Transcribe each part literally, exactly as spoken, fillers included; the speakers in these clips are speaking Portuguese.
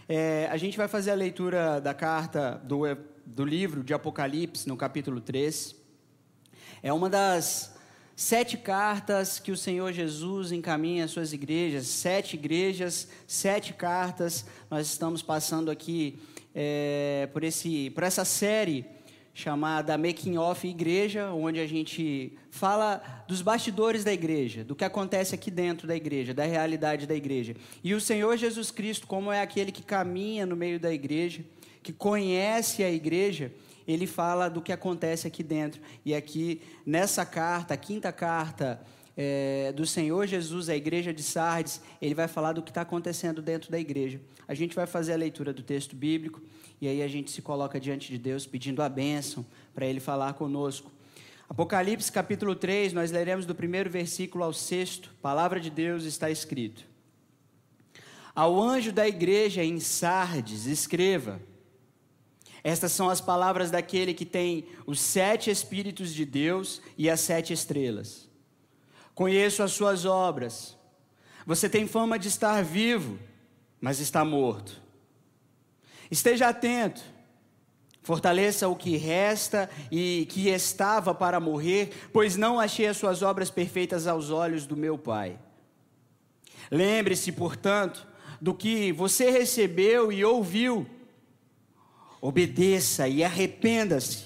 É, a gente vai fazer a leitura da carta do, do livro de Apocalipse, no capítulo três. É uma das sete cartas que o Senhor Jesus encaminha às suas igrejas. Sete igrejas, sete cartas. Nós estamos passando aqui é, por, esse, por essa série chamada Making of Igreja, onde a gente fala dos bastidores da igreja, do que acontece aqui dentro da igreja, da realidade da igreja. E o Senhor Jesus Cristo, como é aquele que caminha no meio da igreja, que conhece a igreja, ele fala do que acontece aqui dentro. E aqui, nessa carta, a quinta carta é, do Senhor Jesus à igreja de Sardes, ele vai falar do que está acontecendo dentro da igreja. A gente vai fazer a leitura do texto bíblico, e aí a gente se coloca diante de Deus, pedindo a bênção para Ele falar conosco. Apocalipse capítulo três, nós leremos do primeiro versículo ao sexto. Palavra de Deus está escrito: Ao anjo da igreja em Sardes, escreva: Estas são as palavras daquele que tem os sete Espíritos de Deus e as sete estrelas. Conheço as suas obras. Você tem fama de estar vivo, mas está morto. Esteja atento, fortaleça o que resta e que estava para morrer, pois não achei as suas obras perfeitas aos olhos do meu Pai. Lembre-se, portanto, do que você recebeu e ouviu. Obedeça e arrependa-se.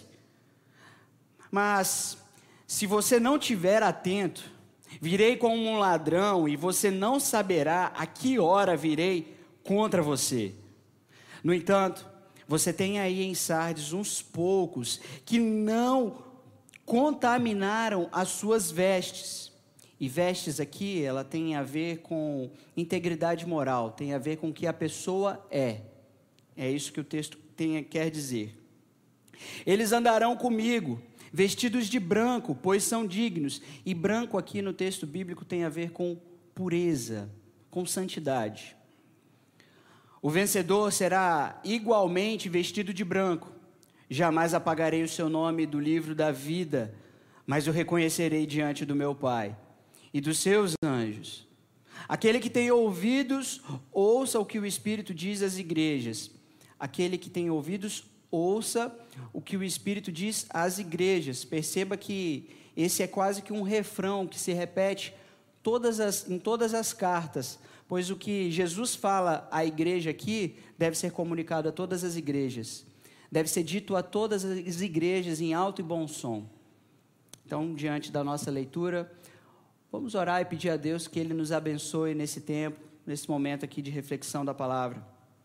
Mas, se você não estiver atento, virei como um ladrão e você não saberá a que hora virei contra você. No entanto, você tem aí em Sardes uns poucos que não contaminaram as suas vestes. E vestes aqui, ela tem a ver com integridade moral, tem a ver com o que a pessoa é. É isso que o texto tem, quer dizer. Eles andarão comigo, vestidos de branco, pois são dignos. E branco aqui no texto bíblico tem a ver com pureza, com santidade. O vencedor será igualmente vestido de branco. Jamais apagarei o seu nome do livro da vida, mas o reconhecerei diante do meu Pai e dos seus anjos. Aquele que tem ouvidos, ouça o que o Espírito diz às igrejas. Aquele que tem ouvidos, ouça o que o Espírito diz às igrejas. Perceba que esse é quase que um refrão que se repete todas as, em todas as cartas, pois o que Jesus fala à igreja aqui deve ser comunicado a todas as igrejas, deve ser dito a todas as igrejas em alto e bom som. Então, diante da nossa leitura, vamos orar e pedir a Deus que Ele nos abençoe nesse tempo, nesse momento aqui de reflexão da palavra.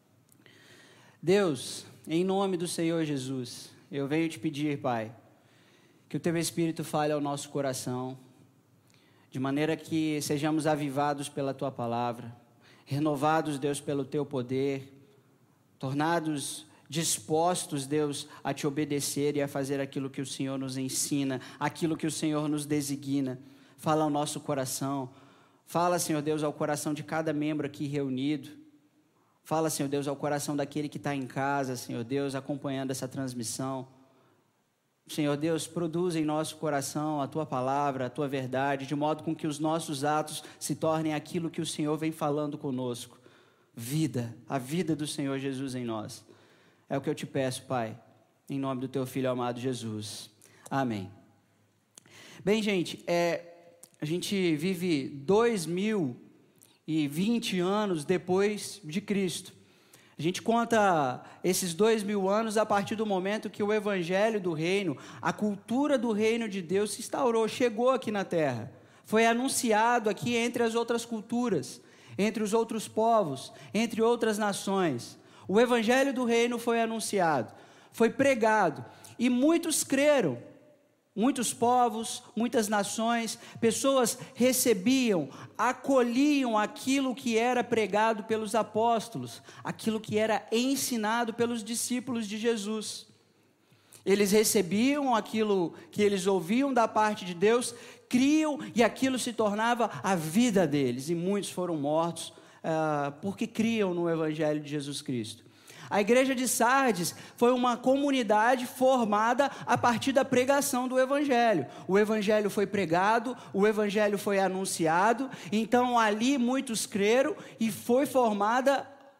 Deus, em nome do Senhor Jesus, eu venho te pedir, Pai, que o Teu Espírito fale ao nosso coração, de maneira que sejamos avivados pela Tua palavra, renovados, Deus, pelo Teu poder, tornados dispostos, Deus, a Te obedecer e a fazer aquilo que o Senhor nos ensina, aquilo que o Senhor nos designa. Fala ao nosso coração, fala, Senhor Deus, ao coração de cada membro aqui reunido, fala, Senhor Deus, ao coração daquele que está em casa, Senhor Deus, acompanhando essa transmissão. Senhor Deus, produz em nosso coração a Tua palavra, a Tua verdade, de modo com que os nossos atos se tornem aquilo que o Senhor vem falando conosco. Vida, a vida do Senhor Jesus em nós. É o que eu te peço, Pai, em nome do Teu Filho amado Jesus. Amém. Bem, gente, é, a gente vive dois mil e vinte anos depois de Cristo. A gente conta esses dois mil anos a partir do momento que o evangelho do reino, a cultura do reino de Deus se instaurou, chegou aqui na terra. Foi anunciado aqui entre as outras culturas, entre os outros povos, entre outras nações. O evangelho do reino foi anunciado, foi pregado e muitos creram. Muitos povos, muitas nações, pessoas recebiam, acolhiam aquilo que era pregado pelos apóstolos, aquilo que era ensinado pelos discípulos de Jesus. Eles recebiam aquilo que eles ouviam da parte de Deus, criam e aquilo se tornava a vida deles. E muitos foram mortos uh, porque criam no Evangelho de Jesus Cristo. A igreja de Sardes foi uma comunidade formada a partir da pregação do Evangelho. O Evangelho foi pregado, o Evangelho foi anunciado, então ali muitos creram e foi formada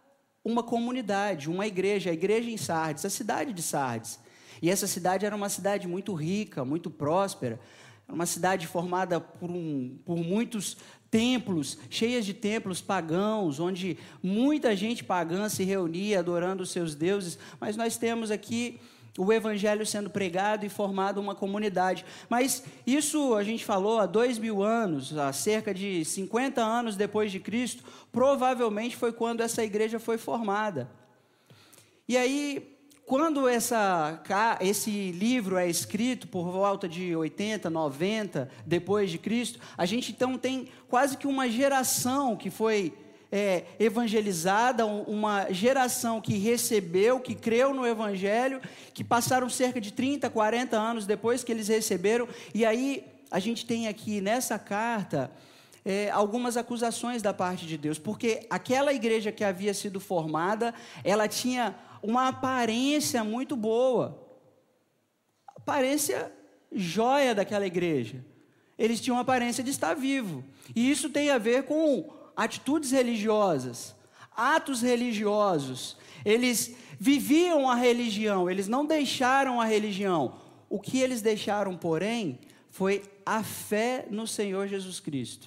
uma comunidade, uma igreja, a igreja em Sardes, a cidade de Sardes. E essa cidade era uma cidade muito rica, muito próspera, era uma cidade formada por, um, por muitos templos, cheias de templos pagãos, onde muita gente pagã se reunia adorando os seus deuses, mas nós temos aqui o evangelho sendo pregado e formado uma comunidade. Mas isso a gente falou há dois mil anos, há cerca de cinquenta anos depois de Cristo, provavelmente foi quando essa igreja foi formada. E aí, quando essa, esse livro é escrito por volta de oitenta, noventa depois de Cristo, a gente então tem quase que uma geração que foi é, evangelizada, uma geração que recebeu, que creu no evangelho, que passaram cerca de trinta, quarenta anos depois que eles receberam, e aí a gente tem aqui nessa carta é, algumas acusações da parte de Deus, porque aquela igreja que havia sido formada, ela tinha uma aparência muito boa, aparência jóia daquela igreja. Eles tinham a aparência de estar vivo, e isso tem a ver com atitudes religiosas, atos religiosos. Eles viviam a religião, eles não deixaram a religião. O que eles deixaram, porém, foi a fé no Senhor Jesus Cristo.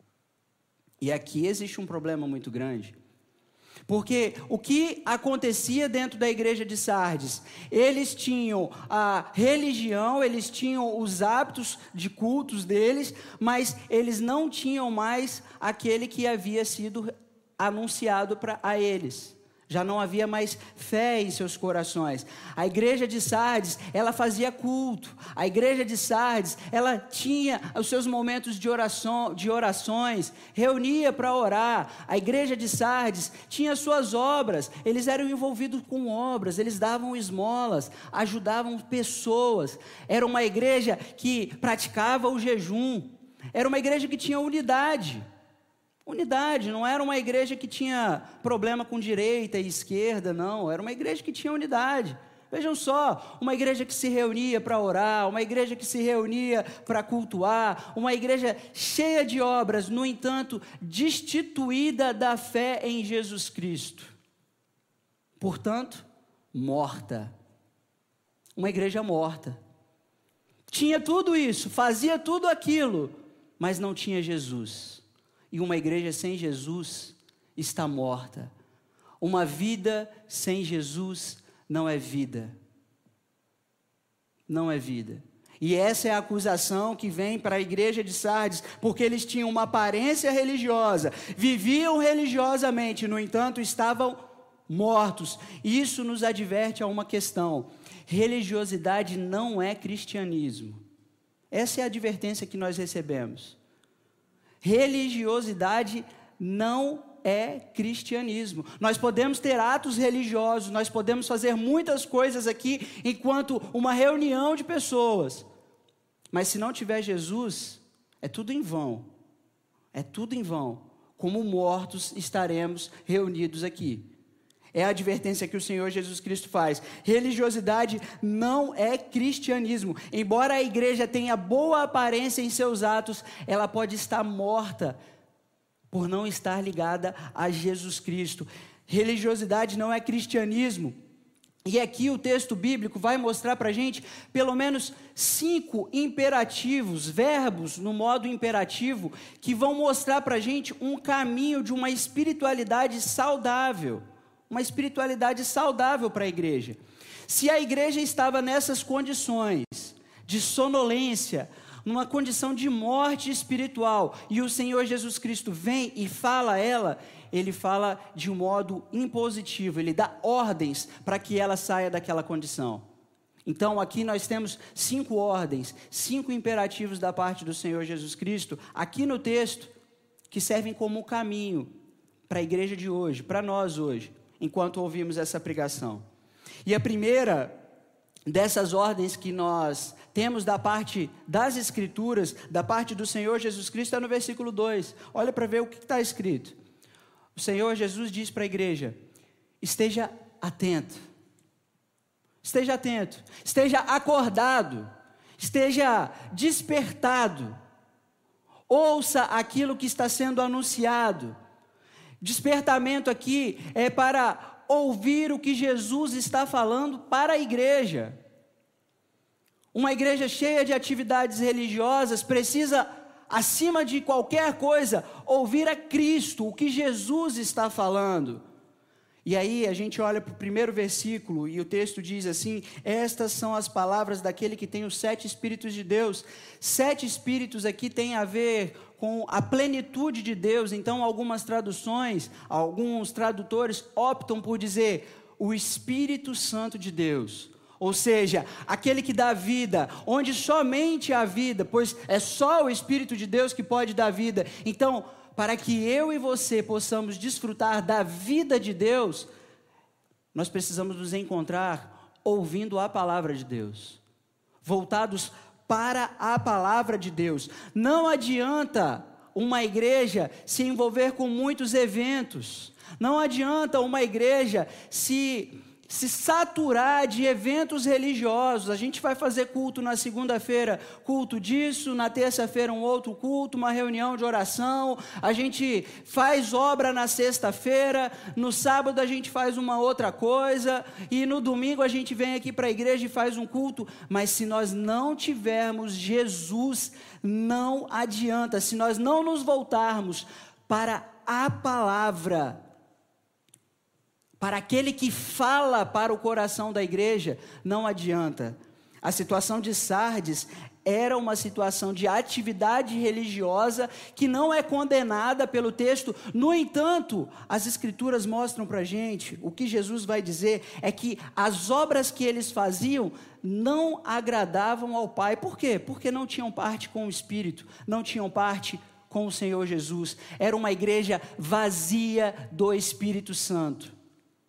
E aqui existe um problema muito grande. Porque o que acontecia dentro da igreja de Sardes? Eles tinham a religião, eles tinham os hábitos de cultos deles, mas eles não tinham mais aquele que havia sido anunciado pra, a eles. Já não havia mais fé em seus corações. A igreja de Sardes, ela fazia culto. A igreja de Sardes, ela tinha os seus momentos de, oração, de orações, reunia para orar. A igreja de Sardes tinha suas obras, eles eram envolvidos com obras, eles davam esmolas, ajudavam pessoas. Era uma igreja que praticava o jejum. Era uma igreja que tinha unidade. Unidade, não era uma igreja que tinha problema com direita e esquerda, não, era uma igreja que tinha unidade. Vejam só, uma igreja que se reunia para orar, uma igreja que se reunia para cultuar, uma igreja cheia de obras, no entanto, destituída da fé em Jesus Cristo. Portanto, morta. Uma igreja morta. Tinha tudo isso, fazia tudo aquilo, mas não tinha Jesus. E uma igreja sem Jesus está morta. Uma vida sem Jesus não é vida. Não é vida. E essa é a acusação que vem para a igreja de Sardes, porque eles tinham uma aparência religiosa, viviam religiosamente, no entanto, estavam mortos. Isso nos adverte a uma questão: religiosidade não é cristianismo. Essa é a advertência que nós recebemos. Religiosidade não é cristianismo. Nós podemos ter atos religiosos, nós podemos fazer muitas coisas aqui enquanto uma reunião de pessoas, mas se não tiver Jesus, é tudo em vão. É tudo em vão. Como mortos estaremos reunidos aqui. É a advertência que o Senhor Jesus Cristo faz. Religiosidade não é cristianismo. Embora a igreja tenha boa aparência em seus atos, ela pode estar morta por não estar ligada a Jesus Cristo. Religiosidade não é cristianismo. E aqui o texto bíblico vai mostrar para a gente pelo menos cinco imperativos, verbos no modo imperativo, que vão mostrar para a gente um caminho de uma espiritualidade saudável. Uma espiritualidade saudável para a igreja. Se a igreja estava nessas condições de sonolência, numa condição de morte espiritual, e o Senhor Jesus Cristo vem e fala a ela, ele fala de um modo impositivo, ele dá ordens para que ela saia daquela condição. Então aqui nós temos cinco ordens, cinco imperativos da parte do Senhor Jesus Cristo, aqui no texto, que servem como caminho para a igreja de hoje, para nós hoje, enquanto ouvimos essa pregação. E a primeira dessas ordens que nós temos da parte das Escrituras, da parte do Senhor Jesus Cristo, é no versículo dois. Olha para ver o que está escrito. O Senhor Jesus diz para a igreja: esteja atento, esteja atento, esteja acordado, esteja despertado, ouça aquilo que está sendo anunciado. Despertamento aqui é para ouvir o que Jesus está falando para a igreja. Uma igreja cheia de atividades religiosas precisa, acima de qualquer coisa, ouvir a Cristo, o que Jesus está falando. E aí a gente olha para o primeiro versículo e o texto diz assim: estas são as palavras daquele que tem os sete Espíritos de Deus. Sete Espíritos aqui tem a ver com a plenitude de Deus. Então algumas traduções, alguns tradutores optam por dizer o Espírito Santo de Deus. Ou seja, aquele que dá vida, onde somente há vida, pois é só o Espírito de Deus que pode dar vida. Então, para que eu e você possamos desfrutar da vida de Deus, nós precisamos nos encontrar ouvindo a palavra de Deus, voltados para a palavra de Deus. Não adianta uma igreja se envolver com muitos eventos, não adianta uma igreja se... se saturar de eventos religiosos. A gente vai fazer culto na segunda-feira, culto disso, na terça-feira um outro culto, uma reunião de oração, a gente faz obra na sexta-feira, no sábado a gente faz uma outra coisa, e no domingo a gente vem aqui para a igreja e faz um culto. Mas se nós não tivermos Jesus, não adianta. Se nós não nos voltarmos para a palavra, para aquele que fala para o coração da igreja, não adianta. A situação de Sardes era uma situação de atividade religiosa que não é condenada pelo texto. No entanto, as Escrituras mostram para a gente, o que Jesus vai dizer é que as obras que eles faziam não agradavam ao Pai. Por quê? Porque não tinham parte com o Espírito, não tinham parte com o Senhor Jesus. Era uma igreja vazia do Espírito Santo.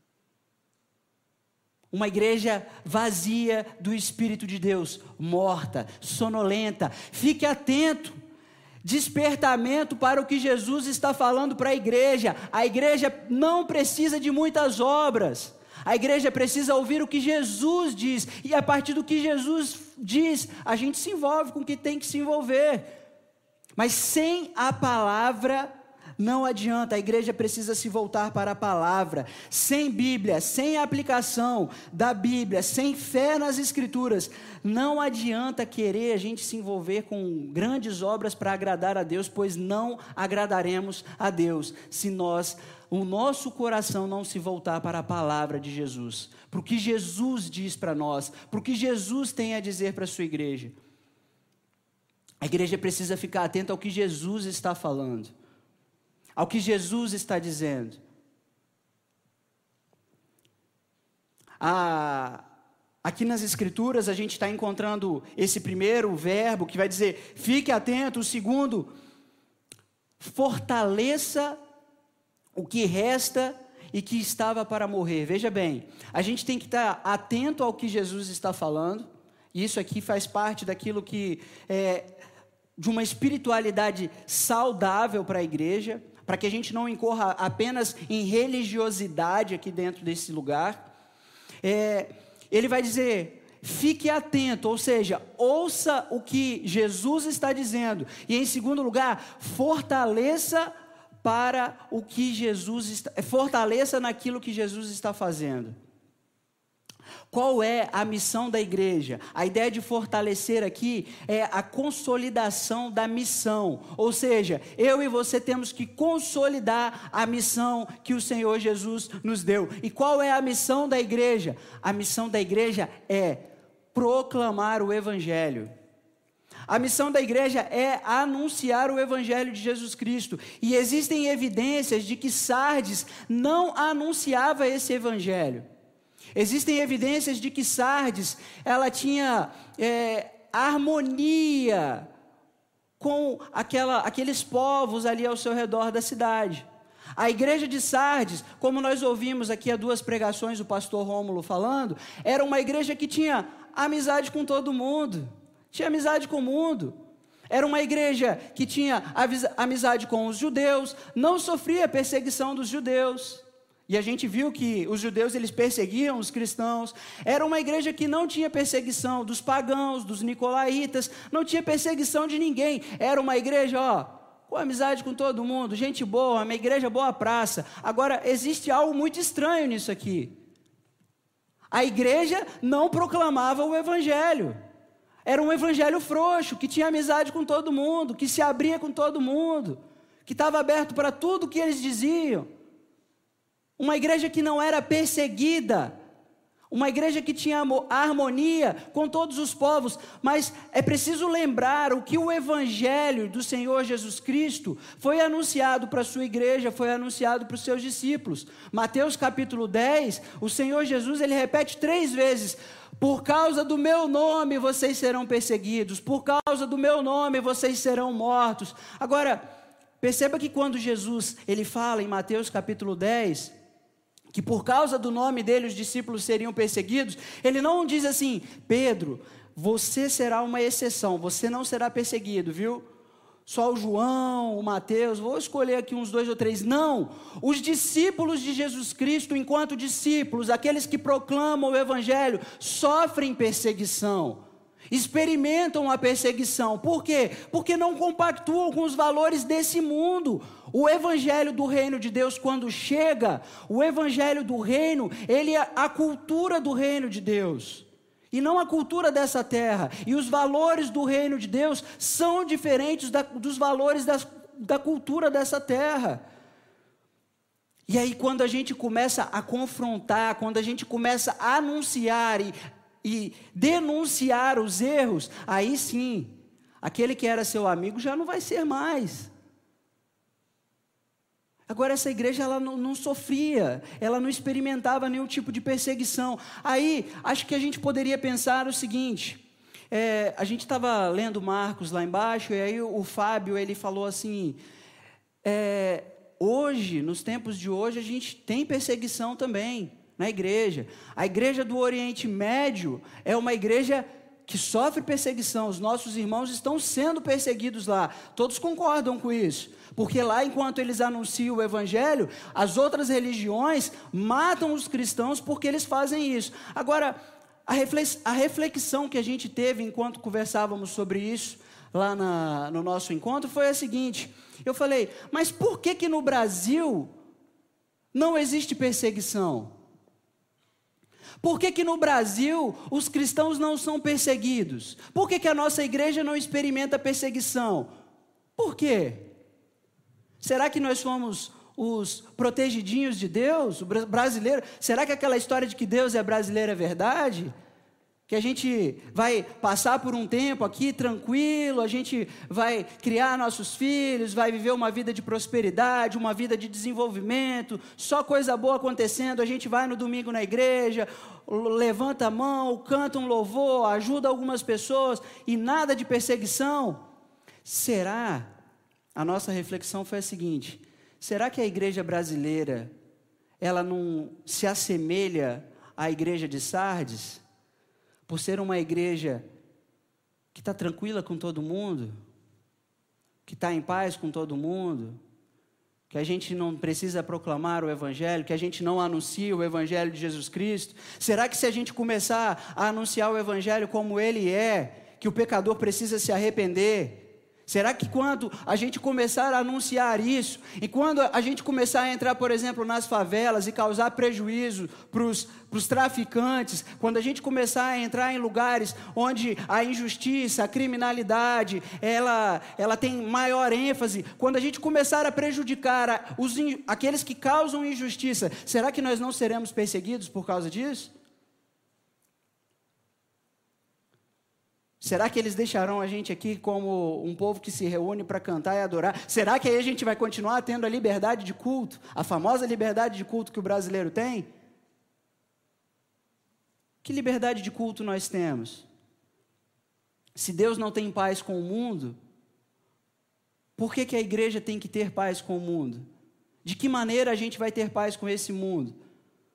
Uma igreja vazia do Espírito de Deus, morta, sonolenta. Fique atento, despertamento para o que Jesus está falando para a igreja. A igreja não precisa de muitas obras, a igreja precisa ouvir o que Jesus diz, e a partir do que Jesus diz, a gente se envolve com o que tem que se envolver. Mas sem a palavra, não adianta. A igreja precisa se voltar para a palavra. Sem Bíblia, sem aplicação da Bíblia, sem fé nas Escrituras, não adianta querer a gente se envolver com grandes obras para agradar a Deus, pois não agradaremos a Deus se nós, o nosso coração não se voltar para a palavra de Jesus, para o que Jesus diz para nós, para o que Jesus tem a dizer para a sua igreja. A igreja precisa ficar atenta ao que Jesus está falando, ao que Jesus está dizendo. Ah, aqui nas Escrituras a gente está encontrando esse primeiro verbo que vai dizer, fique atento. O segundo, fortaleça o que resta e que estava para morrer. Veja bem, a gente tem que estar atento ao que Jesus está falando, e isso aqui faz parte daquilo que é de uma espiritualidade saudável para a igreja, para que a gente não incorra apenas em religiosidade aqui dentro desse lugar. É, ele vai dizer, fique atento, ou seja, ouça o que Jesus está dizendo. E em segundo lugar, fortaleça para o que Jesus está, fortaleça naquilo que Jesus está fazendo. Qual é a missão da igreja? A ideia de fortalecer aqui é a consolidação da missão. Ou seja, eu e você temos que consolidar a missão que o Senhor Jesus nos deu. E qual é a missão da igreja? A missão da igreja é proclamar o Evangelho. A missão da igreja é anunciar o Evangelho de Jesus Cristo. E existem evidências de que Sardes não anunciava esse Evangelho. Existem evidências de que Sardes, ela tinha é, harmonia com aquela, aqueles povos ali ao seu redor da cidade. A igreja de Sardes, como nós ouvimos aqui há duas pregações o pastor Rômulo falando, era uma igreja que tinha amizade com todo mundo, tinha amizade com o mundo. Era uma igreja que tinha amizade com os judeus, não sofria perseguição dos judeus. E a gente viu que os judeus, eles perseguiam os cristãos. Era uma igreja que não tinha perseguição dos pagãos, dos nicolaítas, não tinha perseguição de ninguém. Era uma igreja, ó, Pô, amizade com todo mundo, gente boa, uma igreja boa praça. Agora, existe algo muito estranho nisso aqui. A igreja não proclamava o evangelho. Era um evangelho frouxo, que tinha amizade com todo mundo, que se abria com todo mundo, que estava aberto para tudo que eles diziam. Uma igreja que não era perseguida, uma igreja que tinha harmonia com todos os povos. Mas é preciso lembrar o que o evangelho do Senhor Jesus Cristo foi anunciado para a sua igreja, foi anunciado para os seus discípulos. Mateus capítulo dez, o Senhor Jesus, ele repete três vezes: por causa do meu nome vocês serão perseguidos, por causa do meu nome vocês serão mortos. Agora, perceba que quando Jesus, ele fala em Mateus capítulo dez, que por causa do nome dele os discípulos seriam perseguidos, ele não diz assim: Pedro, você será uma exceção, você não será perseguido, viu? Só o João, o Mateus, vou escolher aqui uns dois ou três. Não, os discípulos de Jesus Cristo, enquanto discípulos, aqueles que proclamam o evangelho, sofrem perseguição, experimentam a perseguição. Por quê? Porque não compactuam com os valores desse mundo. O evangelho do reino de Deus, quando chega, o evangelho do reino, ele é a cultura do reino de Deus, e não a cultura dessa terra. E os valores do reino de Deus são diferentes da, dos valores das, da cultura dessa terra. E aí, quando a gente começa a confrontar, quando a gente começa a anunciar e e denunciar os erros, aí sim, aquele que era seu amigo já não vai ser mais. Agora, essa igreja, ela não, não sofria, ela não experimentava nenhum tipo de perseguição. Aí, acho que a gente poderia pensar o seguinte, é, a gente estava lendo Marcos lá embaixo, e aí o, o Fábio, ele falou assim, é, hoje, nos tempos de hoje, a gente tem perseguição também na igreja. A igreja do Oriente Médio é uma igreja que sofre perseguição. Os nossos irmãos estão sendo perseguidos lá. Todos concordam com isso, porque lá, enquanto eles anunciam o evangelho, as outras religiões matam os cristãos porque eles fazem isso. Agora, a reflexão que a gente teve enquanto conversávamos sobre isso lá na, no nosso encontro foi a seguinte: eu falei, mas por que que no Brasil não existe perseguição? Por que que no Brasil os cristãos não são perseguidos? Por que que a nossa igreja não experimenta perseguição? Por quê? Será que nós somos os protegidinhos de Deus, o brasileiro? Será que aquela história de que Deus é brasileiro é verdade? Que a gente vai passar por um tempo aqui tranquilo, a gente vai criar nossos filhos, vai viver uma vida de prosperidade, uma vida de desenvolvimento, só coisa boa acontecendo, a gente vai no domingo na igreja, levanta a mão, canta um louvor, ajuda algumas pessoas e nada de perseguição? Será? A nossa reflexão foi a seguinte: será que a igreja brasileira, ela não se assemelha à igreja de Sardes? Por ser uma igreja que está tranquila com todo mundo, que está em paz com todo mundo, que a gente não precisa proclamar o evangelho, que a gente não anuncia o evangelho de Jesus Cristo? Será que se a gente começar a anunciar o evangelho como ele é, que o pecador precisa se arrepender, será que quando a gente começar a anunciar isso, e quando a gente começar a entrar, por exemplo, nas favelas e causar prejuízo para os traficantes, quando a gente começar a entrar em lugares onde a injustiça, a criminalidade, ela, ela tem maior ênfase, quando a gente começar a prejudicar a, os, aqueles que causam injustiça, será que nós não seremos perseguidos por causa disso? Será que eles deixarão a gente aqui como um povo que se reúne para cantar e adorar? Será que aí a gente vai continuar tendo a liberdade de culto? A famosa liberdade de culto que o brasileiro tem? Que liberdade de culto nós temos? Se Deus não tem paz com o mundo, por que que a igreja tem que ter paz com o mundo? De que maneira a gente vai ter paz com esse mundo?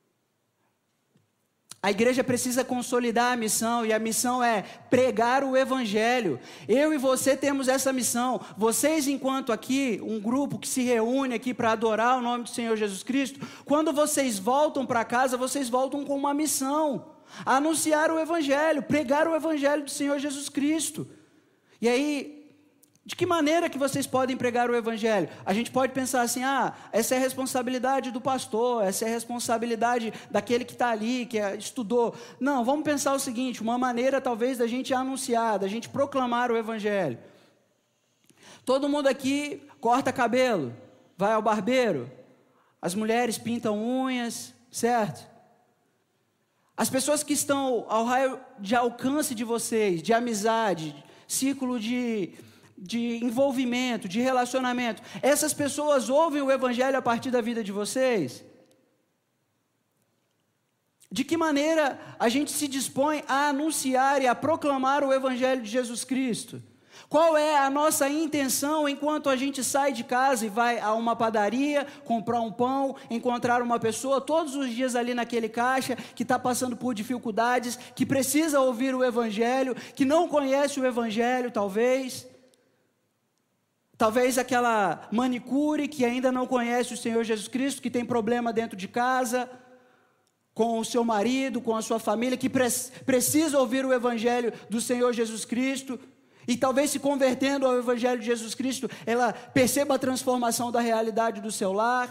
A igreja precisa consolidar a missão, e a missão é pregar o evangelho. Eu e você temos essa missão. Vocês, enquanto aqui, um grupo que se reúne aqui para adorar o nome do Senhor Jesus Cristo, quando vocês voltam para casa, vocês voltam com uma missão: anunciar o evangelho, pregar o evangelho do Senhor Jesus Cristo. E aí, De que maneira que vocês podem pregar o evangelho? A gente pode pensar assim, ah, essa é a responsabilidade do pastor, essa é a responsabilidade daquele que está ali, que estudou. Não, vamos pensar o seguinte, uma maneira talvez da gente anunciar, da gente proclamar o evangelho. Todo mundo aqui corta cabelo, vai ao barbeiro, as mulheres pintam unhas, certo? As pessoas que estão ao raio de alcance de vocês, de amizade, círculo de... de envolvimento, de relacionamento, essas pessoas ouvem o evangelho a partir da vida de vocês? De que maneira a gente se dispõe a anunciar e a proclamar o evangelho de Jesus Cristo? Qual é a nossa intenção enquanto a gente sai de casa e vai a uma padaria, comprar um pão, encontrar uma pessoa todos os dias ali naquele caixa, que está passando por dificuldades, que precisa ouvir o evangelho, que não conhece o evangelho talvez... Talvez aquela manicure que ainda não conhece o Senhor Jesus Cristo, que tem problema dentro de casa, com o seu marido, com a sua família, que pre- precisa ouvir o Evangelho do Senhor Jesus Cristo, e talvez se convertendo ao Evangelho de Jesus Cristo, ela perceba a transformação da realidade do seu lar.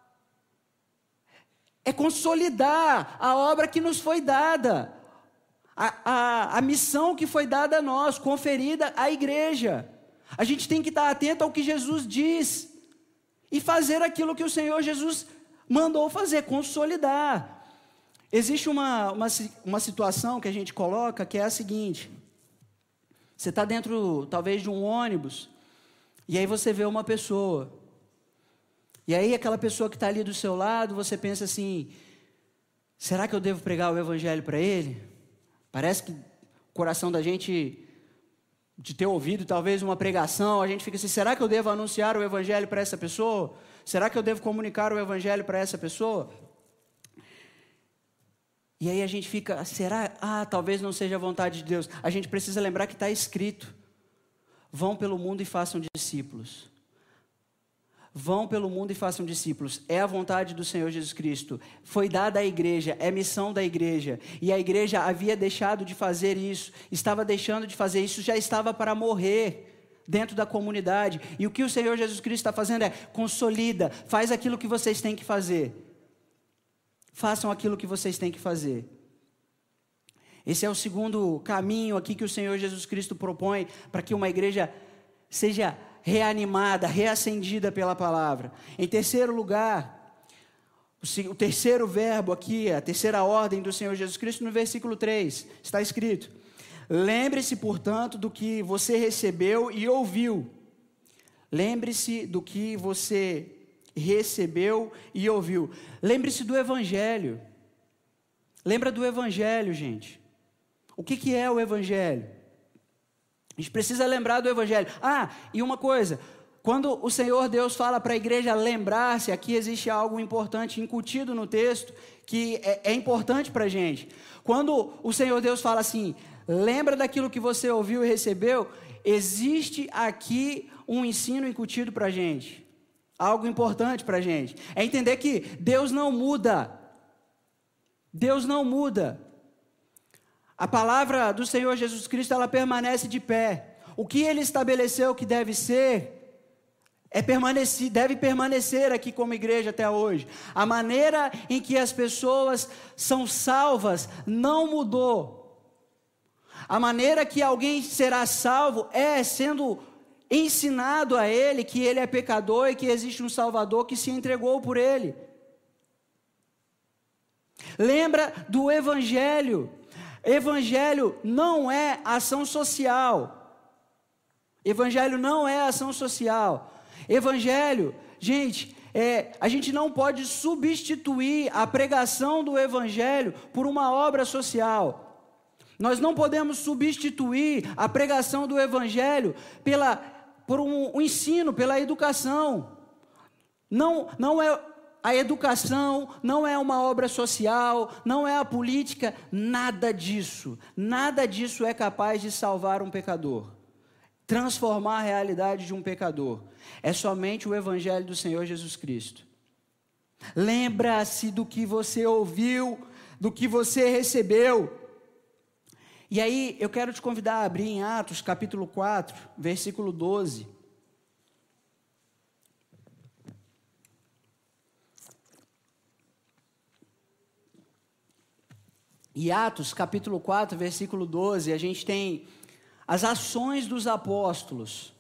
É consolidar a obra que nos foi dada, a, a, a missão que foi dada a nós, conferida à igreja. A gente tem que estar atento ao que Jesus diz e fazer aquilo que o Senhor Jesus mandou fazer, consolidar. Existe uma, uma, uma situação que a gente coloca que é a seguinte: você está dentro talvez de um ônibus e aí você vê uma pessoa, e aí aquela pessoa que está ali do seu lado, você pensa assim, será que eu devo pregar o evangelho para ele? Parece que o coração da gente... de ter ouvido talvez uma pregação, a gente fica assim, será que eu devo anunciar o evangelho para essa pessoa? Será que eu devo comunicar o evangelho para essa pessoa? E aí a gente fica, será? Ah, talvez não seja a vontade de Deus. A gente precisa lembrar que está escrito, vão pelo mundo e façam discípulos. Vão pelo mundo e façam discípulos. É a vontade do Senhor Jesus Cristo. Foi dada à igreja, é missão da igreja. E a igreja havia deixado de fazer isso, estava deixando de fazer isso, já estava para morrer dentro da comunidade. E o que o Senhor Jesus Cristo está fazendo é, consolida, faz aquilo que vocês têm que fazer. Façam aquilo que vocês têm que fazer. Esse é o segundo caminho aqui que o Senhor Jesus Cristo propõe para que uma igreja seja reanimada, reacendida pela palavra. Em terceiro lugar, o terceiro verbo aqui, a terceira ordem do Senhor Jesus Cristo, no versículo três, está escrito: lembre-se, portanto, do que você recebeu e ouviu. Lembre-se do que você recebeu e ouviu. Lembre-se do evangelho. Lembra do evangelho, gente. O que, que é o evangelho? A gente precisa lembrar do evangelho. Ah, e uma coisa, quando o Senhor Deus fala para a igreja lembrar-se, aqui existe algo importante incutido no texto, que é, é importante para a gente. Quando o Senhor Deus fala assim, lembra daquilo que você ouviu e recebeu, existe aqui um ensino incutido para a gente. Algo importante para a gente. É entender que Deus não muda. Deus não muda. A palavra do Senhor Jesus Cristo, ela permanece de pé. O que Ele estabeleceu que deve ser, é permanecer, deve permanecer aqui como igreja até hoje. A maneira em que as pessoas são salvas não mudou. A maneira que alguém será salvo é sendo ensinado a ele que ele é pecador e que existe um Salvador que se entregou por ele. Lembra do Evangelho. Evangelho não é ação social. Evangelho não é ação social. Evangelho, gente, é, a gente não pode substituir a pregação do Evangelho por uma obra social. Nós não podemos substituir a pregação do Evangelho pela, por um, um ensino, pela educação. Não, não é a educação, não é uma obra social, não é a política, nada disso. Nada disso é capaz de salvar um pecador, transformar a realidade de um pecador. É somente o Evangelho do Senhor Jesus Cristo. Lembra-se do que você ouviu, do que você recebeu. E aí, eu quero te convidar a abrir em Atos, capítulo quatro, versículo doze. E Atos, capítulo quatro, versículo doze, a gente tem as ações dos apóstolos.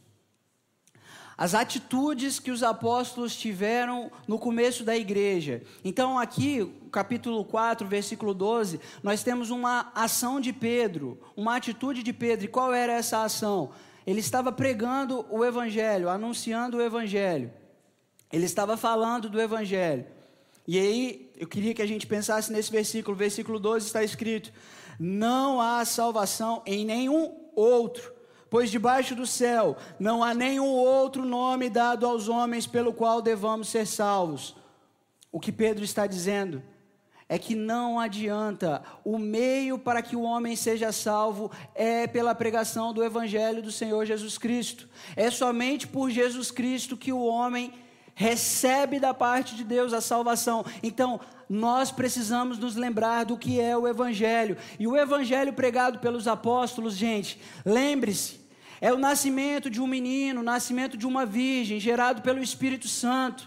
As atitudes que os apóstolos tiveram no começo da igreja. Então aqui, capítulo quatro, versículo doze, nós temos uma ação de Pedro, uma atitude de Pedro. E qual era essa ação? Ele estava pregando o evangelho, anunciando o evangelho. Ele estava falando do evangelho. E aí, eu queria que a gente pensasse nesse versículo. Versículo doze está escrito: não há salvação em nenhum outro, pois debaixo do céu não há nenhum outro nome dado aos homens pelo qual devamos ser salvos. O que Pedro está dizendo é que não adianta, o meio para que o homem seja salvo é pela pregação do evangelho do Senhor Jesus Cristo. É somente por Jesus Cristo que o homem recebe da parte de Deus a salvação. Então, nós precisamos nos lembrar do que é o evangelho. E o evangelho pregado pelos apóstolos, gente, lembre-se, é o nascimento de um menino, o nascimento de uma virgem, gerado pelo Espírito Santo.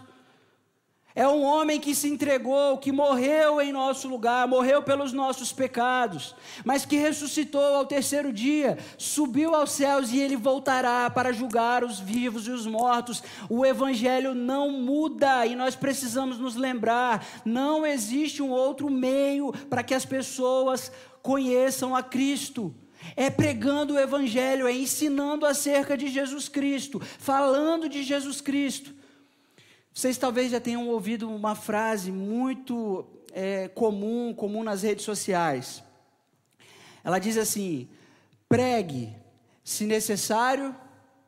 É um homem que se entregou, que morreu em nosso lugar, morreu pelos nossos pecados, mas que ressuscitou ao terceiro dia, subiu aos céus e ele voltará para julgar os vivos e os mortos. O evangelho não muda e nós precisamos nos lembrar, não existe um outro meio para que as pessoas conheçam a Cristo. É pregando o evangelho, é ensinando acerca de Jesus Cristo, falando de Jesus Cristo. Vocês talvez já tenham ouvido uma frase muito é, comum, comum nas redes sociais. Ela diz assim: pregue, se necessário,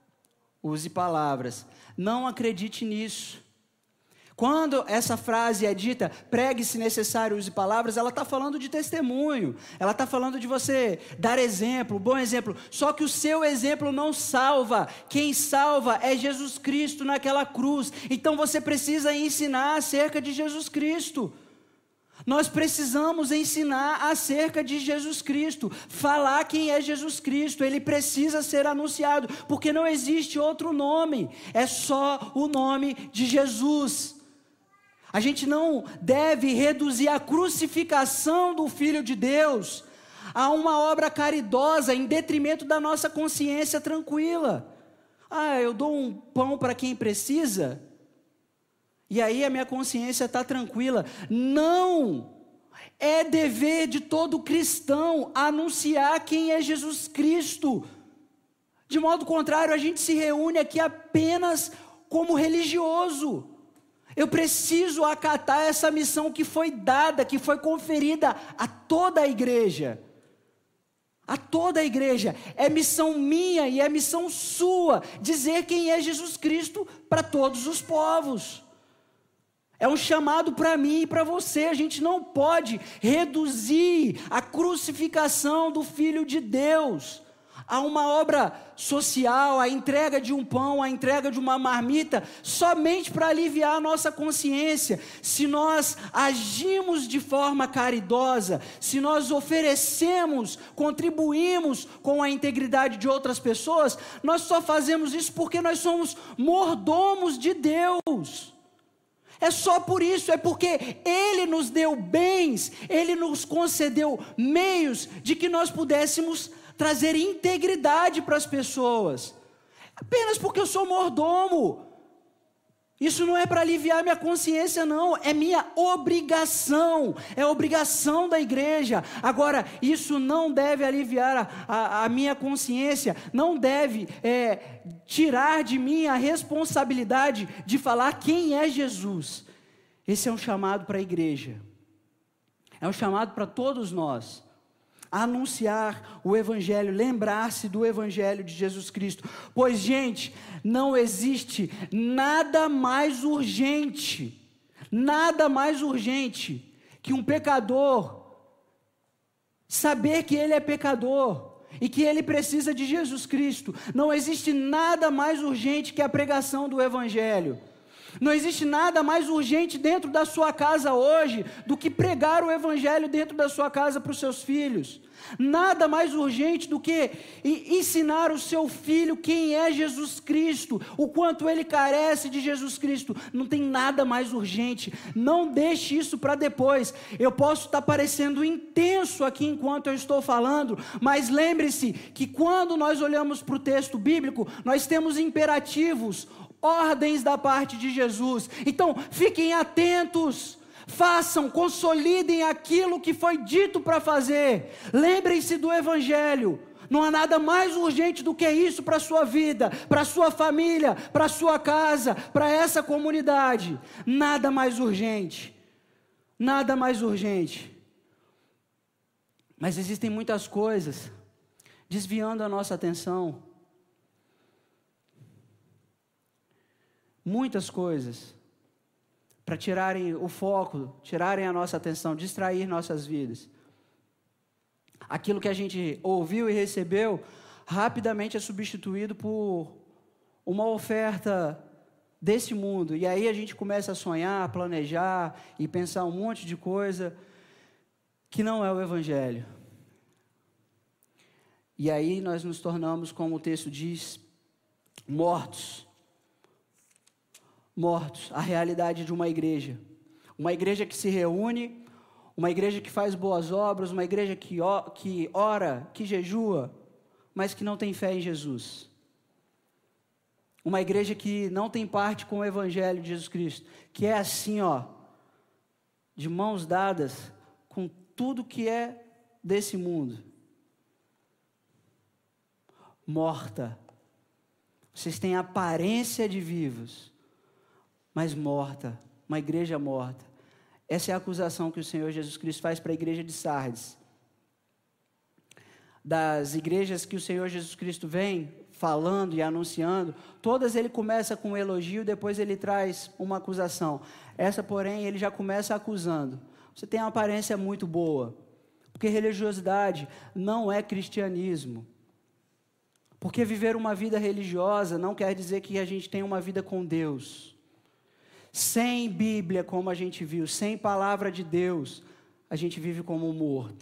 use palavras. Não acredite nisso. Quando essa frase é dita, pregue se necessário, use palavras, ela está falando de testemunho, ela está falando de você dar exemplo, bom exemplo. Só que o seu exemplo não salva, quem salva é Jesus Cristo naquela cruz. Então você precisa ensinar acerca de Jesus Cristo. Nós precisamos ensinar acerca de Jesus Cristo, falar quem é Jesus Cristo, ele precisa ser anunciado, porque não existe outro nome, é só o nome de Jesus. A gente não deve reduzir a crucificação do Filho de Deus a uma obra caridosa em detrimento da nossa consciência tranquila. Ah, eu dou um pão para quem precisa, e aí a minha consciência está tranquila. Não! É dever de todo cristão anunciar quem é Jesus Cristo. De modo contrário, a gente se reúne aqui apenas como religioso. Eu preciso acatar essa missão que foi dada, que foi conferida a toda a igreja. A toda a igreja. É missão minha e é missão sua dizer quem é Jesus Cristo para todos os povos. É um chamado para mim e para você. A gente não pode reduzir a crucificação do Filho de Deus a uma obra social, a entrega de um pão, a entrega de uma marmita, somente para aliviar a nossa consciência. Se nós agimos de forma caridosa, se nós oferecemos, contribuímos com a integridade de outras pessoas, nós só fazemos isso porque nós somos mordomos de Deus. É só por isso, é porque Ele nos deu bens, Ele nos concedeu meios de que nós pudéssemos trazer integridade para as pessoas. Apenas porque eu sou mordomo. Isso não é para aliviar minha consciência, não. É minha obrigação. É obrigação da igreja. Agora, isso não deve aliviar a, a, a minha consciência. Não deve é, tirar de mim a responsabilidade de falar quem é Jesus. Esse é um chamado para a igreja. É um chamado para todos nós. Anunciar o evangelho, lembrar-se do evangelho de Jesus Cristo. Pois, gente, não existe nada mais urgente, nada mais urgente que um pecador saber que ele é pecador e que ele precisa de Jesus Cristo. Não existe nada mais urgente que a pregação do evangelho. Não existe nada mais urgente dentro da sua casa hoje do que pregar o evangelho dentro da sua casa para os seus filhos. Nada mais urgente do que ensinar o seu filho quem é Jesus Cristo, o quanto ele carece de Jesus Cristo. Não tem nada mais urgente. Não deixe isso para depois. Eu posso estar parecendo intenso aqui enquanto eu estou falando, mas lembre-se que quando nós olhamos para o texto bíblico, nós temos imperativos, ordens da parte de Jesus. Então, fiquem atentos, façam, consolidem aquilo que foi dito para fazer. Lembrem-se do evangelho. Não há nada mais urgente do que isso para a sua vida, para a sua família, para a sua casa, para essa comunidade. Nada mais urgente. Nada mais urgente. Mas existem muitas coisas desviando a nossa atenção. Muitas coisas para tirarem o foco, tirarem a nossa atenção, distrair nossas vidas. Aquilo que a gente ouviu e recebeu, rapidamente é substituído por uma oferta desse mundo. E aí a gente começa a sonhar, planejar e pensar um monte de coisa que não é o evangelho. E aí nós nos tornamos, como o texto diz, mortos. Mortos, a realidade de uma igreja. Uma igreja que se reúne, uma igreja que faz boas obras, uma igreja que, que ora, que jejua, mas que não tem fé em Jesus. Uma igreja que não tem parte com o evangelho de Jesus Cristo, que é assim, ó, de mãos dadas com tudo que é desse mundo. Morta. Vocês têm aparência de vivos, mas morta, uma igreja morta. Essa é a acusação que o Senhor Jesus Cristo faz para a igreja de Sardes. Das igrejas que o Senhor Jesus Cristo vem falando e anunciando, todas ele começa com um elogio, depois ele traz uma acusação. Essa, porém, ele já começa acusando. Você tem uma aparência muito boa, porque religiosidade não é cristianismo. Porque viver uma vida religiosa não quer dizer que a gente tem uma vida com Deus. Sem Bíblia, como a gente viu, sem palavra de Deus, a gente vive como um morto.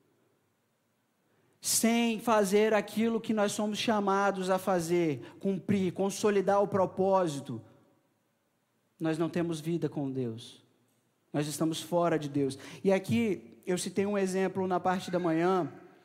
Sem fazer aquilo que nós somos chamados a fazer, cumprir, consolidar o propósito, nós não temos vida com Deus. Nós estamos fora de Deus. E aqui eu citei um exemplo na parte da manhã.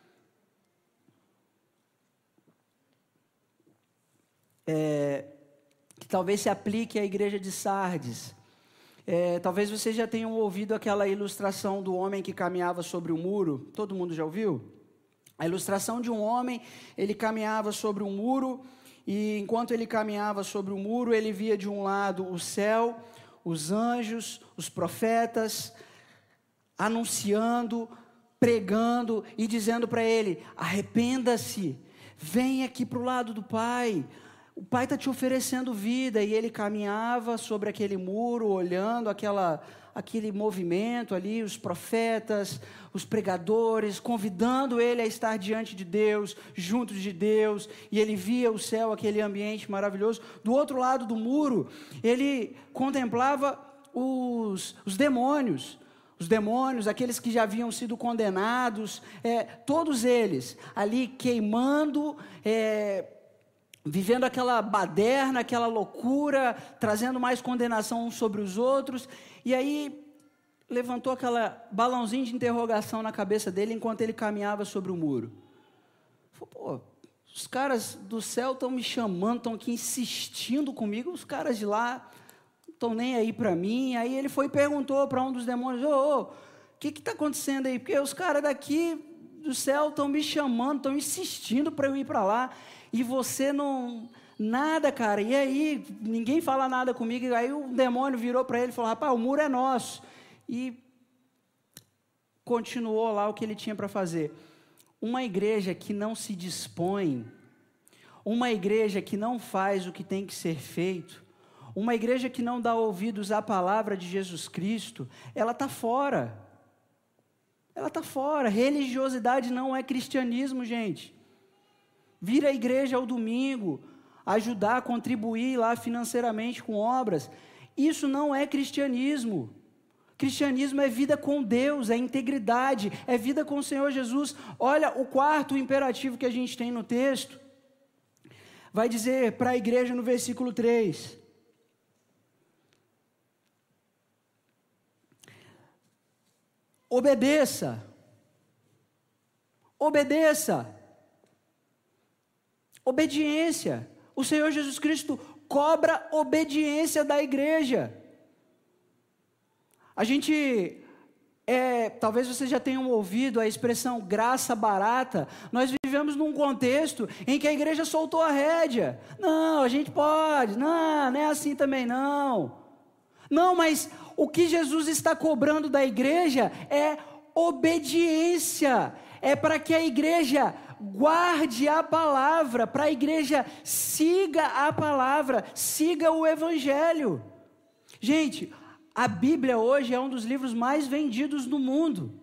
É... que talvez se aplique à igreja de Sardes. É, talvez vocês já tenham ouvido aquela ilustração do homem que caminhava sobre o muro. Todo mundo já ouviu? A ilustração de um homem, ele caminhava sobre um muro, e enquanto ele caminhava sobre o muro, ele via de um lado o céu, os anjos, os profetas, anunciando, pregando e dizendo para ele: arrependa-se, vem aqui para o lado do Pai. O Pai está te oferecendo vida. E ele caminhava sobre aquele muro, olhando aquela, aquele movimento ali, os profetas, os pregadores, convidando ele a estar diante de Deus, junto de Deus. E ele via o céu, aquele ambiente maravilhoso. Do outro lado do muro, ele contemplava os, os demônios. Os demônios, aqueles que já haviam sido condenados, é, todos eles ali queimando, é, vivendo aquela baderna, aquela loucura, trazendo mais condenação uns sobre os outros. E aí levantou aquela balãozinho de interrogação na cabeça dele enquanto ele caminhava sobre o muro. Falou: pô, os caras do céu estão me chamando, estão aqui insistindo comigo, os caras de lá não estão nem aí para mim. Aí ele foi e perguntou para um dos demônios: ô, ô, o que está acontecendo aí? Porque os caras daqui do céu estão me chamando, estão insistindo para eu ir para lá. E você não... Nada, cara. E aí, ninguém fala nada comigo. Aí o demônio virou para ele e falou: rapaz, o muro é nosso. E continuou lá o que ele tinha para fazer. Uma igreja que não se dispõe, uma igreja que não faz o que tem que ser feito, uma igreja que não dá ouvidos à palavra de Jesus Cristo, ela está fora. Ela está fora. Religiosidade não é cristianismo, gente. Vir à igreja ao domingo, ajudar, contribuir lá financeiramente com obras, Isso não é cristianismo. Cristianismo é vida com Deus, é integridade, é vida com o Senhor Jesus. Olha o quarto imperativo que a gente tem no texto. Vai dizer para a igreja no versículo três. Obedeça. Obedeça. Obediência. O Senhor Jesus Cristo cobra obediência da igreja. A gente, é, talvez vocês já tenham ouvido a expressão graça barata. Nós vivemos num contexto em que a igreja soltou a rédea. Não, a gente pode. Não, não é assim também não. Não, mas o que Jesus está cobrando da igreja é obediência. É para que a igreja guarde a palavra, para a igreja siga a palavra, siga o evangelho. Gente, a Bíblia hoje é um dos livros mais vendidos no mundo.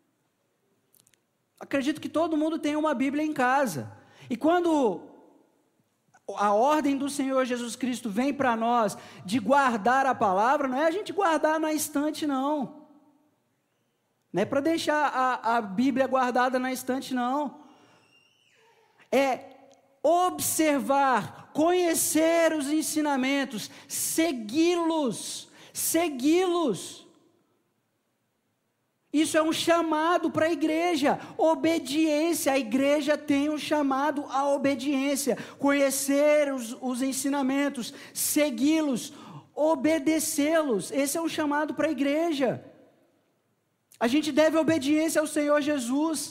Acredito que todo mundo tem uma Bíblia em casa. E quando a ordem do Senhor Jesus Cristo vem para nós de guardar a palavra, não é a gente guardar na estante, não. Não é para deixar a, a Bíblia guardada na estante, não. É observar, conhecer os ensinamentos, segui-los. Segui-los. Isso é um chamado para a igreja, obediência. A igreja tem um chamado à obediência, conhecer os, os ensinamentos, segui-los, obedecê-los. Esse é um chamado para a igreja. A gente deve obediência ao Senhor Jesus.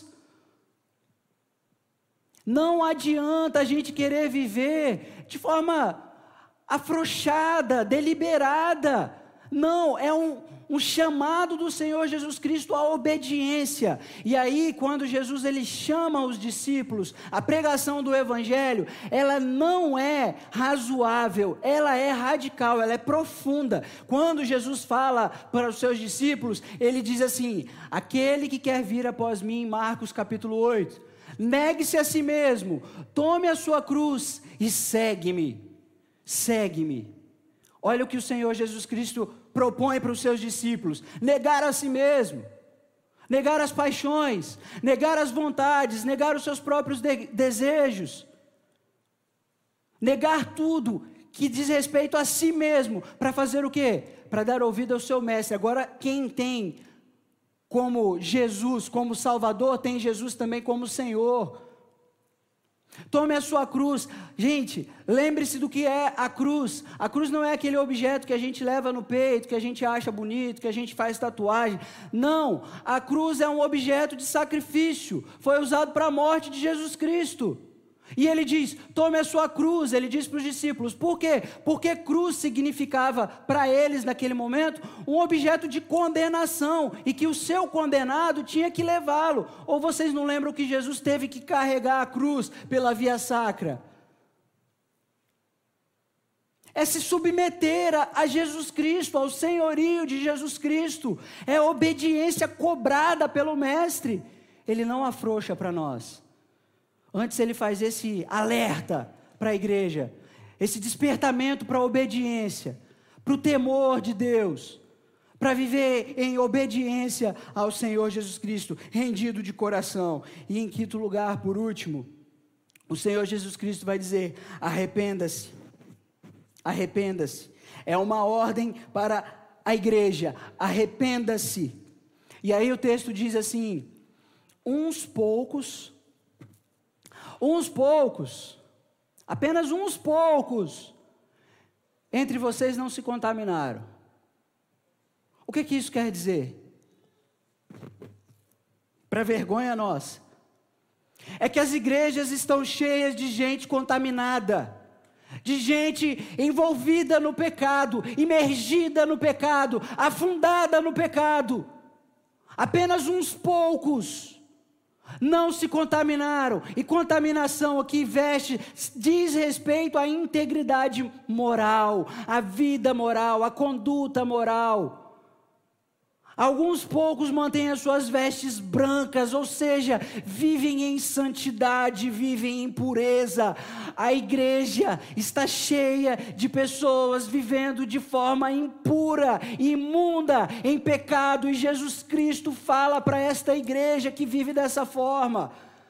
Não adianta a gente querer viver de forma afrouxada, deliberada. Não, é um, um chamado do Senhor Jesus Cristo à obediência. E aí, quando Jesus ele chama os discípulos, a pregação do Evangelho, ela não é razoável, ela é radical, ela é profunda. Quando Jesus fala para os seus discípulos, ele diz assim: aquele que quer vir após mim, Marcos capítulo oito, negue-se a si mesmo, tome a sua cruz e segue-me. Segue-me. Olha o que o Senhor Jesus Cristo propõe para os seus discípulos: negar a si mesmo, negar as paixões, negar as vontades, negar os seus próprios de- desejos, negar tudo que diz respeito a si mesmo, para fazer o quê? Para dar ouvido ao seu mestre. Agora, quem tem como Jesus, como Salvador, tem Jesus também como Senhor. Tome a sua cruz. Gente, lembre-se do que é a cruz. A cruz não é aquele objeto que a gente leva no peito, que a gente acha bonito, que a gente faz tatuagem. Não, a cruz é um objeto de sacrifício. Foi usado para a morte de Jesus Cristo. E ele diz, tome a sua cruz. Ele diz para os discípulos, por quê? Porque cruz significava para eles naquele momento um objeto de condenação, e que o seu condenado tinha que levá-lo. Ou vocês não lembram que Jesus teve que carregar a cruz pela via sacra? É se submeter a, a Jesus Cristo, ao senhorio de Jesus Cristo. É obediência cobrada pelo mestre. Ele não afrouxa para nós. Antes ele faz esse alerta para a igreja, esse despertamento para a obediência, para o temor de Deus, para viver em obediência ao Senhor Jesus Cristo, rendido de coração. E em quinto lugar, por último, o Senhor Jesus Cristo vai dizer, arrependa-se, arrependa-se. É uma ordem para a igreja, arrependa-se. E aí o texto diz assim, uns poucos... Uns poucos, apenas uns poucos, entre vocês não se contaminaram. O que que isso quer dizer? Para vergonha nossa, é que as igrejas estão cheias de gente contaminada, de gente envolvida no pecado, imergida no pecado, afundada no pecado. Apenas uns poucos não se contaminaram. E contaminação aqui veste, diz respeito à integridade moral, à vida moral, à conduta moral. Alguns poucos mantêm as suas vestes brancas, ou seja, vivem em santidade, vivem em pureza. A igreja está cheia de pessoas vivendo de forma impura, imunda, em pecado. E Jesus Cristo fala para esta igreja que vive dessa forma: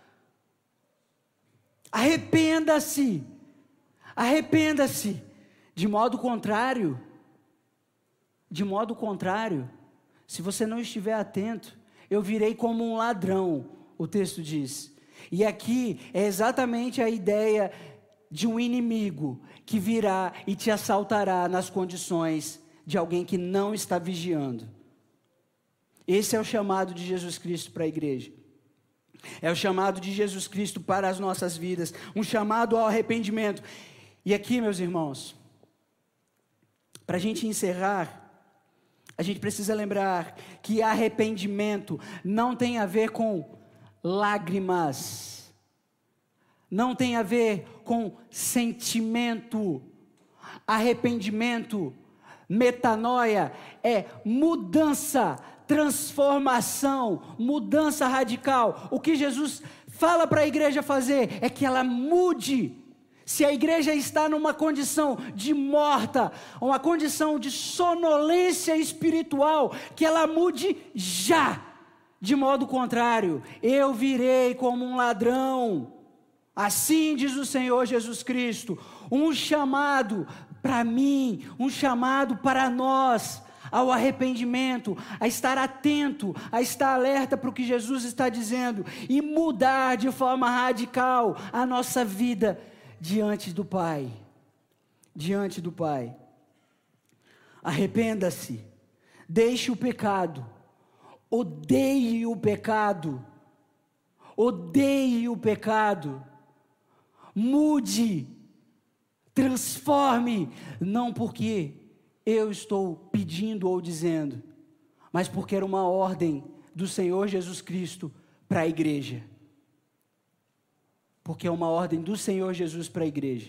arrependa-se, arrependa-se. De modo contrário, de modo contrário, se você não estiver atento, eu virei como um ladrão, o texto diz. E aqui é exatamente a ideia de um inimigo que virá e te assaltará nas condições de alguém que não está vigiando. Esse é o chamado de Jesus Cristo para a igreja. É o chamado de Jesus Cristo para as nossas vidas, um chamado ao arrependimento. E aqui, meus irmãos, para a gente encerrar, a gente precisa lembrar que arrependimento não tem a ver com lágrimas, não tem a ver com sentimento. Arrependimento, metanoia, é mudança, transformação, mudança radical. O que Jesus fala para a igreja fazer é que ela mude. Se a igreja está numa condição de morta, uma condição de sonolência espiritual, que ela mude já. De modo contrário, eu virei como um ladrão. Assim diz o Senhor Jesus Cristo. Um chamado para mim, um chamado para nós, ao arrependimento, a estar atento, a estar alerta para o que Jesus está dizendo e mudar de forma radical a nossa vida diante do Pai, diante do Pai. Arrependa-se, deixe o pecado, odeie o pecado, odeie o pecado, mude, transforme, não porque eu estou pedindo ou dizendo, mas porque era uma ordem do Senhor Jesus Cristo para a igreja. Porque é uma ordem do Senhor Jesus para a igreja.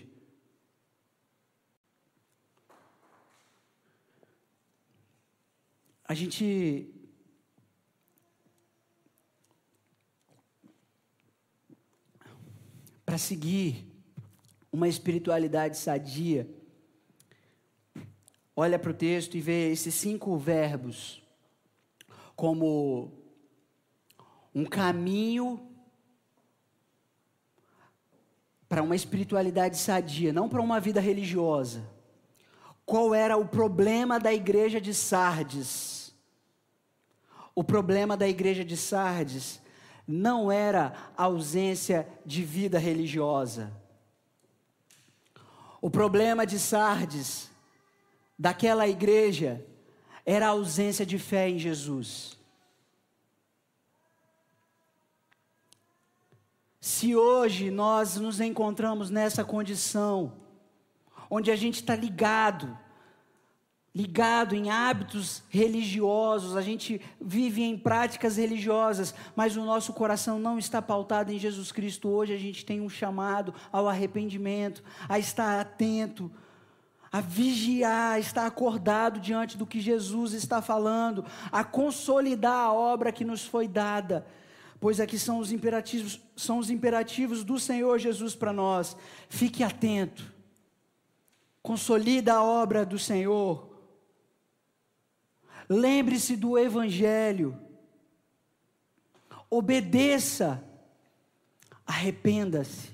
A gente para seguir uma espiritualidade sadia, olha para o texto e vê esses cinco verbos como um caminho para uma espiritualidade sadia, não para uma vida religiosa. Qual era o problema da igreja de Sardes? O problema da igreja de Sardes não era a ausência de vida religiosa. O problema de Sardes, daquela igreja, era a ausência de fé em Jesus. Se hoje nós nos encontramos nessa condição, onde a gente está ligado, ligado em hábitos religiosos, a gente vive em práticas religiosas, mas o nosso coração não está pautado em Jesus Cristo, hoje a gente tem um chamado ao arrependimento, a estar atento, a vigiar, a estar acordado diante do que Jesus está falando, a consolidar a obra que nos foi dada. Pois aqui são os imperativos, são os imperativos do Senhor Jesus para nós. Fique atento. Consolida a obra do Senhor. Lembre-se do Evangelho. Obedeça. Arrependa-se.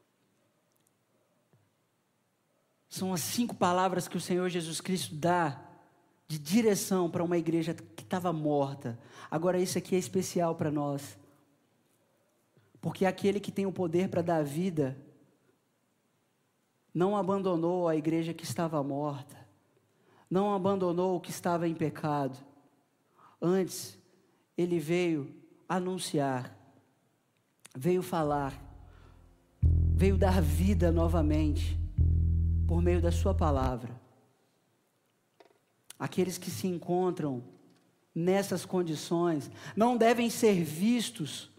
São as cinco palavras que o Senhor Jesus Cristo dá de direção para uma igreja que estava morta. Agora isso aqui é especial para nós. Porque aquele que tem o poder para dar vida, não abandonou a igreja que estava morta, não abandonou o que estava em pecado. Antes, ele veio anunciar, veio falar, veio dar vida novamente, por meio da sua palavra. Aqueles que se encontram nessas condições, não devem ser vistos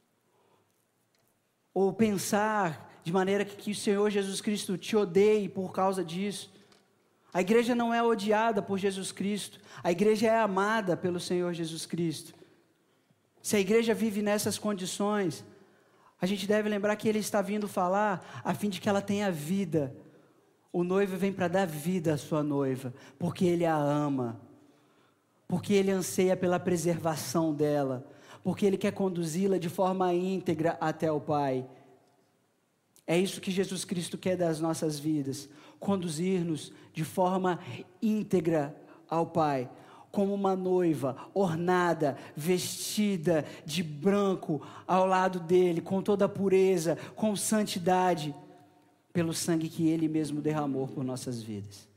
ou pensar de maneira que, que o Senhor Jesus Cristo te odeie por causa disso. A igreja não é odiada por Jesus Cristo, a igreja é amada pelo Senhor Jesus Cristo. Se a igreja vive nessas condições, a gente deve lembrar que Ele está vindo falar a fim de que ela tenha vida. O noivo vem para dar vida à sua noiva, porque Ele a ama, porque Ele anseia pela preservação dela, porque Ele quer conduzi-la de forma íntegra até o Pai. É isso que Jesus Cristo quer das nossas vidas, conduzir-nos de forma íntegra ao Pai, como uma noiva ornada, vestida de branco ao lado dele, com toda a pureza, com santidade, pelo sangue que Ele mesmo derramou por nossas vidas.